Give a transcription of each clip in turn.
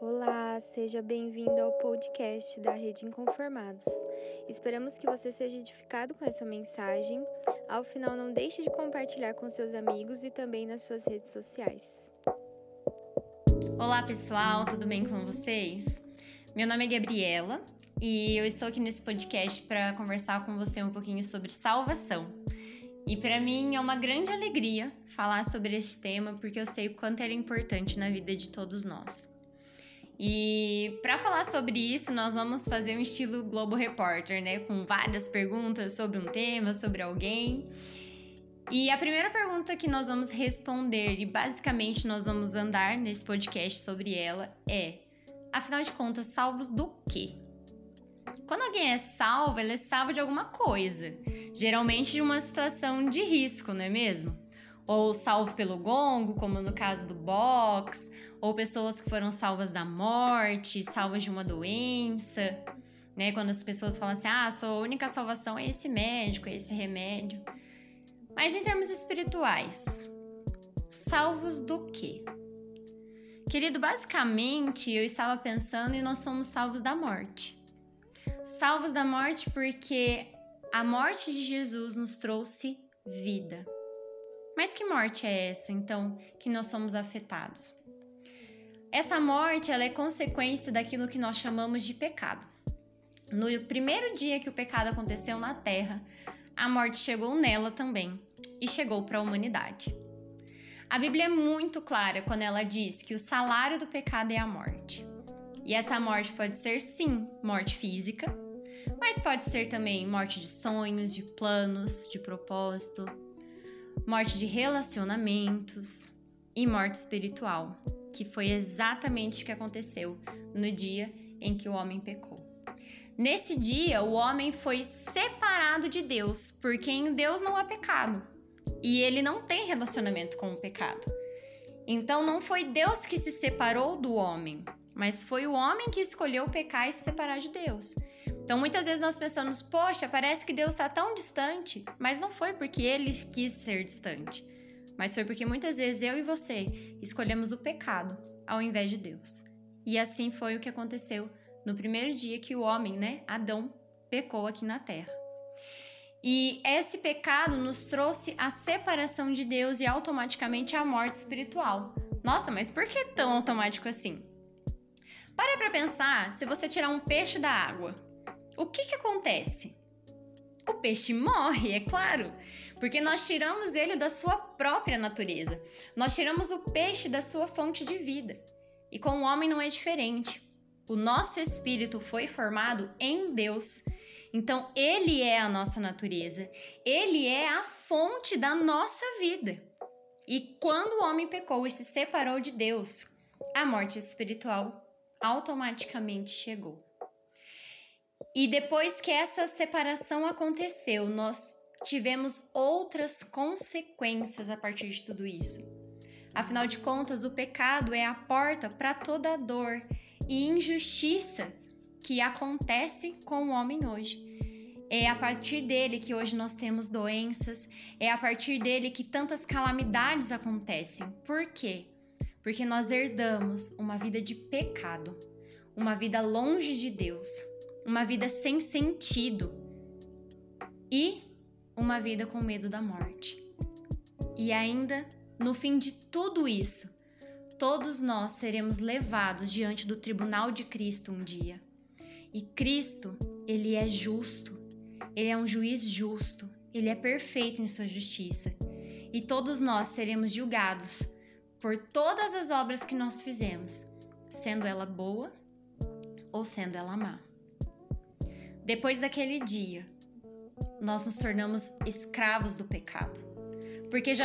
Olá, seja bem-vindo ao podcast da Rede Inconformados. Esperamos que você seja edificado com essa mensagem. Ao final, não deixe de compartilhar com seus amigos e também nas suas redes sociais. Olá pessoal, tudo bem com vocês? Meu nome é Gabriela e eu estou aqui nesse podcast para conversar com você um pouquinho sobre salvação. E para mim é uma grande alegria falar sobre este tema porque eu sei o quanto ele é importante na vida de todos nós. E para falar sobre isso, nós vamos fazer um estilo Globo Repórter, né? Com várias perguntas sobre um tema, sobre alguém. E a primeira pergunta que nós vamos responder, e basicamente nós vamos andar nesse podcast sobre ela, é: afinal de contas, salvos do quê? Quando alguém é salvo, ele é salvo de alguma coisa. Geralmente de uma situação de risco, não é mesmo? Ou salvo pelo gongo, como no caso do box, ou pessoas que foram salvas da morte, salvas de uma doença, né? Quando as pessoas falam assim, sua única salvação é esse médico, é esse remédio. Mas em termos espirituais, salvos do quê? Querido, basicamente eu estava pensando e nós somos salvos da morte. Salvos da morte porque a morte de Jesus nos trouxe vida. Mas que morte é essa, então, que nós somos afetados? Essa morte, ela é consequência daquilo que nós chamamos de pecado. No primeiro dia que o pecado aconteceu na Terra, a morte chegou nela também e chegou para a humanidade. A Bíblia é muito clara quando ela diz que o salário do pecado é a morte. E essa morte pode ser, sim, morte física, mas pode ser também morte de sonhos, de planos, de propósito, morte de relacionamentos e morte espiritual, que foi exatamente o que aconteceu no dia em que o homem pecou. Nesse dia, o homem foi separado de Deus, porque em Deus não há pecado, e ele não tem relacionamento com o pecado. Então não foi Deus que se separou do homem, mas foi o homem que escolheu pecar e se separar de Deus. Então muitas vezes nós pensamos, poxa, parece que Deus está tão distante, mas não foi porque ele quis ser distante, mas foi porque muitas vezes eu e você escolhemos o pecado ao invés de Deus. E assim foi o que aconteceu no primeiro dia que o homem, Adão, pecou aqui na terra. E esse pecado nos trouxe a separação de Deus e automaticamente a morte espiritual. Nossa, mas por que tão automático assim? Para pra pensar, se você tirar um peixe da água, o que acontece? O peixe morre, é claro, porque nós tiramos ele da sua própria natureza. Nós tiramos o peixe da sua fonte de vida. E com o homem não é diferente. O nosso espírito foi formado em Deus. Então, ele é a nossa natureza. Ele é a fonte da nossa vida. E quando o homem pecou e se separou de Deus, a morte espiritual automaticamente chegou. E depois que essa separação aconteceu, nós tivemos outras consequências a partir de tudo isso. Afinal de contas, o pecado é a porta para toda a dor e injustiça que acontece com o homem hoje. É a partir dele que hoje nós temos doenças, é a partir dele que tantas calamidades acontecem. Por quê? Porque nós herdamos uma vida de pecado, uma vida longe de Deus, uma vida sem sentido e uma vida com medo da morte. E ainda, no fim de tudo isso, todos nós seremos levados diante do tribunal de Cristo um dia. E Cristo, ele é justo, ele é um juiz justo, ele é perfeito em sua justiça. E todos nós seremos julgados por todas as obras que nós fizemos, sendo ela boa ou sendo ela má. Depois daquele dia, nós nos tornamos escravos do pecado, porque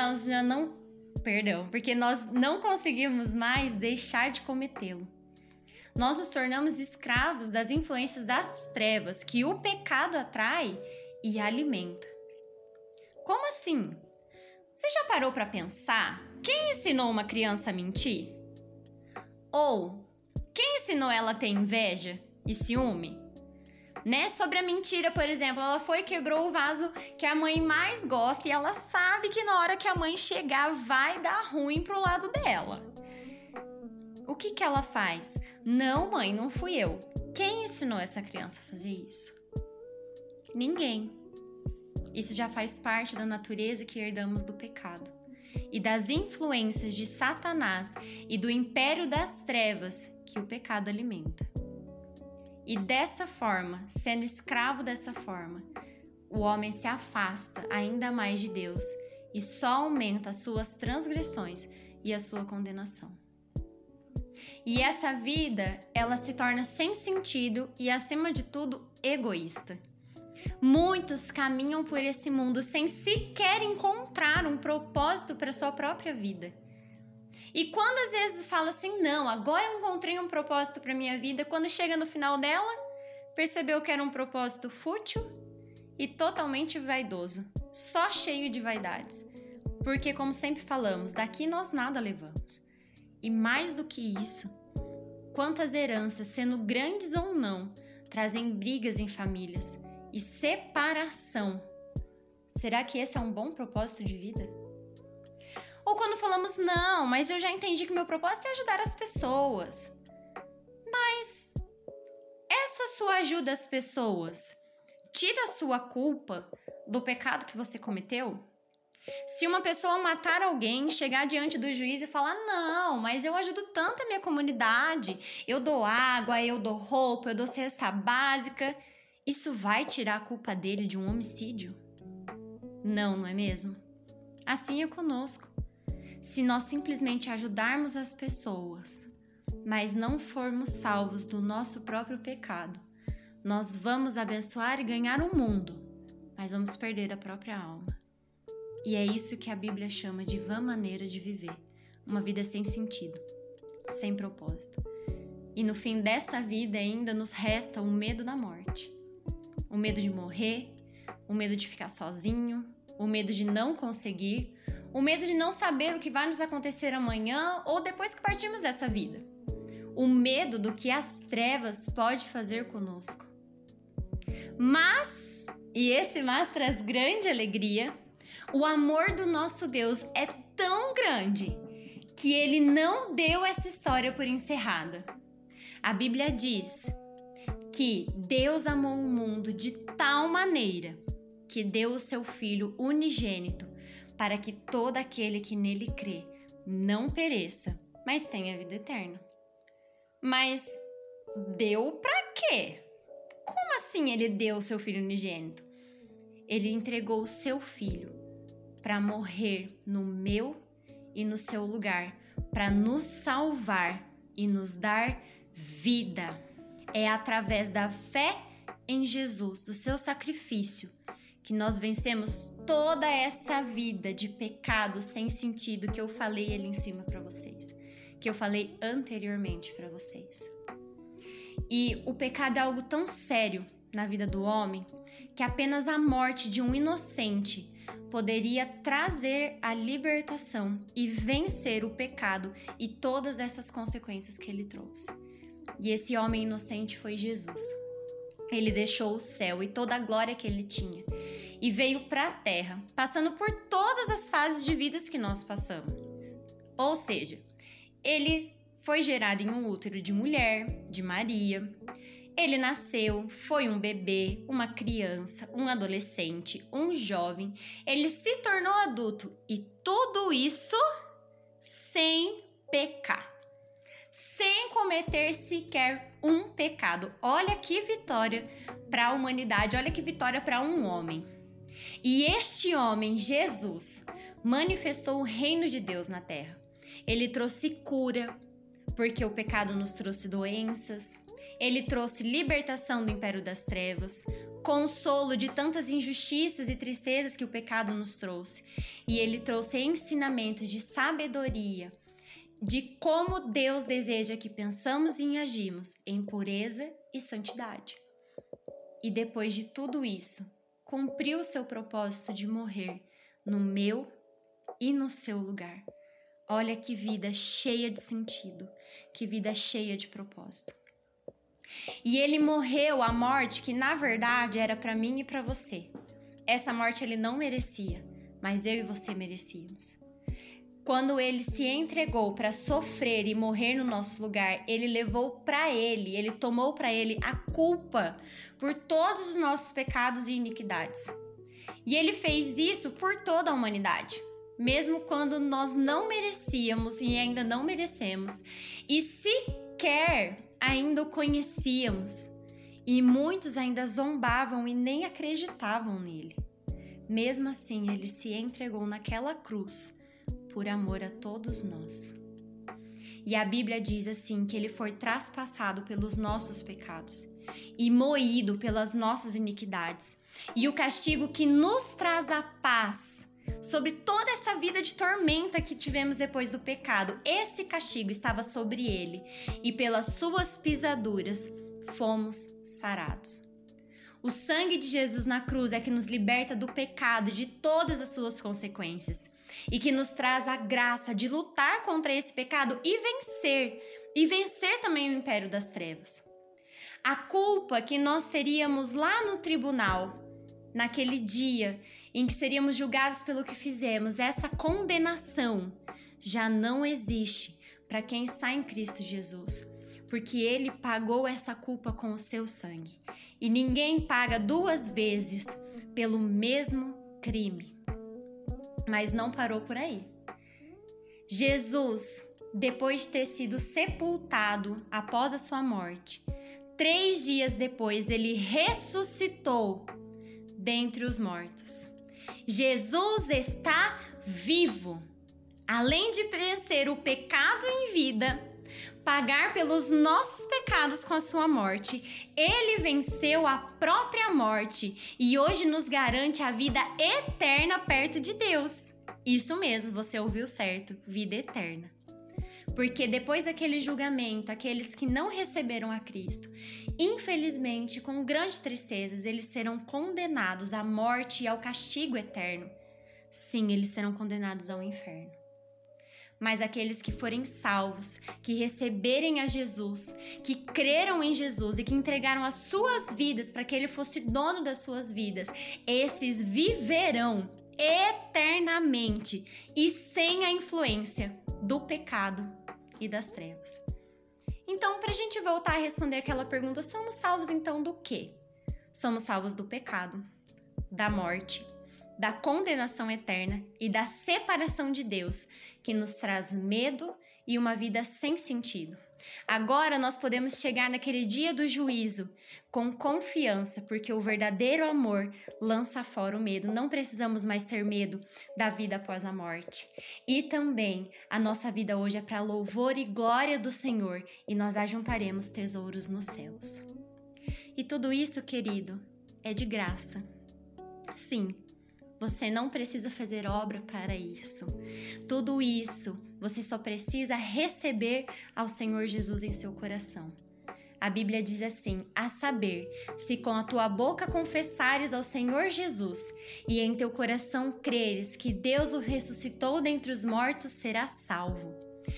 nós não conseguimos mais deixar de cometê-lo. Nós nos tornamos escravos das influências das trevas que o pecado atrai e alimenta. Como assim? Você já parou para pensar quem ensinou uma criança a mentir? Ou quem ensinou ela a ter inveja e ciúme? Sobre a mentira, por exemplo, ela foi e quebrou o vaso que a mãe mais gosta e ela sabe que na hora que a mãe chegar vai dar ruim pro lado dela. O que que ela faz? Não, mãe, não fui eu. Quem ensinou essa criança a fazer isso? Ninguém. Isso já faz parte da natureza que herdamos do pecado e das influências de Satanás e do império das trevas que o pecado alimenta. E dessa forma, sendo escravo dessa forma, o homem se afasta ainda mais de Deus e só aumenta as suas transgressões e a sua condenação. E essa vida, ela se torna sem sentido e, acima de tudo, egoísta. Muitos caminham por esse mundo sem sequer encontrar um propósito para sua própria vida. E quando às vezes fala assim, não, agora eu encontrei um propósito para minha vida, quando chega no final dela, percebeu que era um propósito fútil e totalmente vaidoso, só cheio de vaidades. Porque, como sempre falamos, daqui nós nada levamos. E mais do que isso, quantas heranças, sendo grandes ou não, trazem brigas em famílias e separação. Será que esse é um bom propósito de vida? Ou quando falamos, não, mas eu já entendi que meu propósito é ajudar as pessoas. Mas essa sua ajuda às pessoas tira a sua culpa do pecado que você cometeu? Se uma pessoa matar alguém, chegar diante do juiz e falar, não, mas eu ajudo tanto a minha comunidade, eu dou água, eu dou roupa, eu dou cesta básica, isso vai tirar a culpa dele de um homicídio? Não, não é mesmo? Assim é conosco. Se nós simplesmente ajudarmos as pessoas, mas não formos salvos do nosso próprio pecado, nós vamos abençoar e ganhar o mundo, mas vamos perder a própria alma. E é isso que a Bíblia chama de vã maneira de viver, uma vida sem sentido, sem propósito. E no fim dessa vida ainda nos resta o medo da morte, o medo de morrer, o medo de ficar sozinho, o medo de não conseguir, o medo de não saber o que vai nos acontecer amanhã ou depois que partirmos dessa vida. O medo do que as trevas pode fazer conosco. Mas, e esse mas traz grande alegria, o amor do nosso Deus é tão grande que Ele não deu essa história por encerrada. A Bíblia diz que Deus amou o mundo de tal maneira que deu o seu Filho unigênito para que todo aquele que nele crê não pereça, mas tenha vida eterna. Mas deu pra quê? Como assim Ele deu o seu Filho unigênito? Ele entregou o seu Filho para morrer no meu e no seu lugar, para nos salvar e nos dar vida. É através da fé em Jesus, do seu sacrifício, que nós vencemos toda essa vida de pecado sem sentido que eu falei ali em cima para vocês, que eu falei anteriormente para vocês. E o pecado é algo tão sério na vida do homem que apenas a morte de um inocente poderia trazer a libertação e vencer o pecado e todas essas consequências que ele trouxe. E esse homem inocente foi Jesus. Ele deixou o céu e toda a glória que ele tinha e veio para a terra, passando por todas as fases de vidas que nós passamos. Ou seja, ele foi gerado em um útero de mulher, de Maria. Ele nasceu, foi um bebê, uma criança, um adolescente, um jovem. Ele se tornou adulto e tudo isso sem pecar, sem cometer sequer um pecado. Olha que vitória para a humanidade, olha que vitória para um homem. E este homem, Jesus, manifestou o reino de Deus na terra. Ele trouxe cura, porque o pecado nos trouxe doenças. Ele trouxe libertação do império das trevas, consolo de tantas injustiças e tristezas que o pecado nos trouxe. E ele trouxe ensinamentos de sabedoria, de como Deus deseja que pensamos e agimos em pureza e santidade. E depois de tudo isso, cumpriu o seu propósito de morrer no meu e no seu lugar. Olha que vida cheia de sentido, que vida cheia de propósito. E ele morreu a morte que na verdade era para mim e para você. Essa morte ele não merecia, mas eu e você merecíamos. quando ele se entregou para sofrer e morrer no nosso lugar, ele tomou para ele a culpa por todos os nossos pecados e iniquidades. E ele fez isso por toda a humanidade, mesmo quando nós não merecíamos e ainda não merecemos, e sequer ainda o conhecíamos. E muitos ainda zombavam e nem acreditavam nele. Mesmo assim, ele se entregou naquela cruz por amor a todos nós. E a Bíblia diz assim, que ele foi traspassado pelos nossos pecados e moído pelas nossas iniquidades. E o castigo que nos traz a paz sobre toda essa vida de tormenta que tivemos depois do pecado, esse castigo estava sobre ele, e pelas suas pisaduras fomos sarados. O sangue de Jesus na cruz é que nos liberta do pecado e de todas as suas consequências, e que nos traz a graça de lutar contra esse pecado e vencer também o império das trevas. A culpa que nós teríamos lá no tribunal, naquele dia em que seríamos julgados pelo que fizemos, essa condenação já não existe para quem está em Cristo Jesus, porque ele pagou essa culpa com o seu sangue. E ninguém paga duas vezes pelo mesmo crime. Mas não parou por aí. Jesus, depois de ter sido sepultado após a sua morte, 3 dias depois ele ressuscitou dentre os mortos. Jesus está vivo. Além de vencer o pecado em vida, pagar pelos nossos pecados com a sua morte, ele venceu a própria morte e hoje nos garante a vida eterna perto de Deus. Isso mesmo, você ouviu certo, vida eterna. Porque depois daquele julgamento, aqueles que não receberam a Cristo, infelizmente, com grande tristeza, eles serão condenados à morte e ao castigo eterno. Sim, eles serão condenados ao inferno. Mas aqueles que forem salvos, que receberem a Jesus, que creram em Jesus e que entregaram as suas vidas para que ele fosse dono das suas vidas, esses viverão eternamente e sem a influência do pecado e das trevas. Então, para a gente voltar a responder aquela pergunta, somos salvos então do quê? Somos salvos do pecado, da morte, da condenação eterna e da separação de Deus, que nos traz medo e uma vida sem sentido. Agora nós podemos chegar naquele dia do juízo com confiança, porque o verdadeiro amor lança fora o medo. Não precisamos mais ter medo da vida após a morte. E também a nossa vida hoje é para louvor e glória do Senhor, e nós ajuntaremos tesouros nos céus. E tudo isso, querido, é de graça. Sim, você não precisa fazer obra para isso. Tudo isso você só precisa receber ao Senhor Jesus em seu coração. A Bíblia diz assim, a saber, se com a tua boca confessares ao Senhor Jesus e em teu coração creres que Deus o ressuscitou dentre os mortos, serás salvo.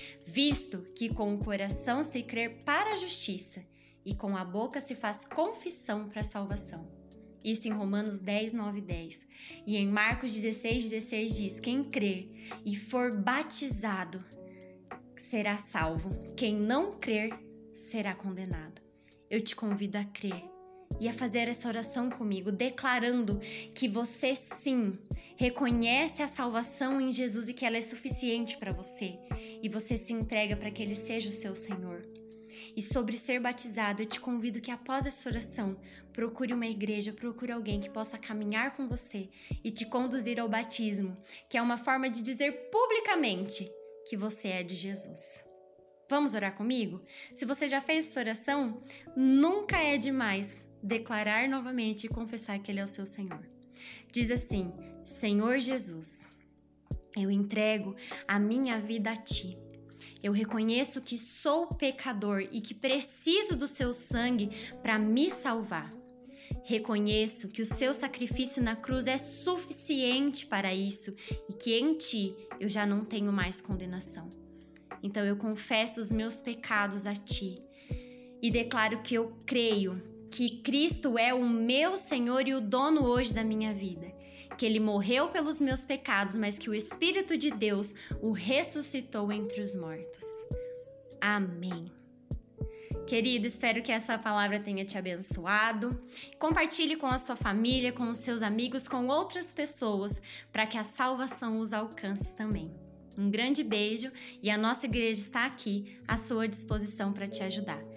Visto que com o coração se crê para a justiça e com a boca se faz confissão para a salvação. Isso em Romanos 10, 9 e 10. E em Marcos 16, 16 diz, quem crer e for batizado será salvo. Quem não crer será condenado. Eu te convido a crer e a fazer essa oração comigo, declarando que você sim reconhece a salvação em Jesus e que ela é suficiente para você. E você se entrega para que Ele seja o seu Senhor. E sobre ser batizado, eu te convido que após essa oração, procure uma igreja, procure alguém que possa caminhar com você e te conduzir ao batismo, que é uma forma de dizer publicamente que você é de Jesus. Vamos orar comigo? Se você já fez essa oração, nunca é demais declarar novamente e confessar que Ele é o seu Senhor. Diz assim, Senhor Jesus, eu entrego a minha vida a Ti. Eu reconheço que sou pecador e que preciso do seu sangue para me salvar. Reconheço que o seu sacrifício na cruz é suficiente para isso e que em Ti eu já não tenho mais condenação. Então eu confesso os meus pecados a Ti e declaro que eu creio que Cristo é o meu Senhor e o dono hoje da minha vida. que ele morreu pelos meus pecados, mas que o Espírito de Deus o ressuscitou entre os mortos. Amém. Querido, espero que essa palavra tenha te abençoado. Compartilhe com a sua família, com os seus amigos, com outras pessoas, para que a salvação os alcance também. Um grande beijo e a nossa igreja está aqui à sua disposição para te ajudar.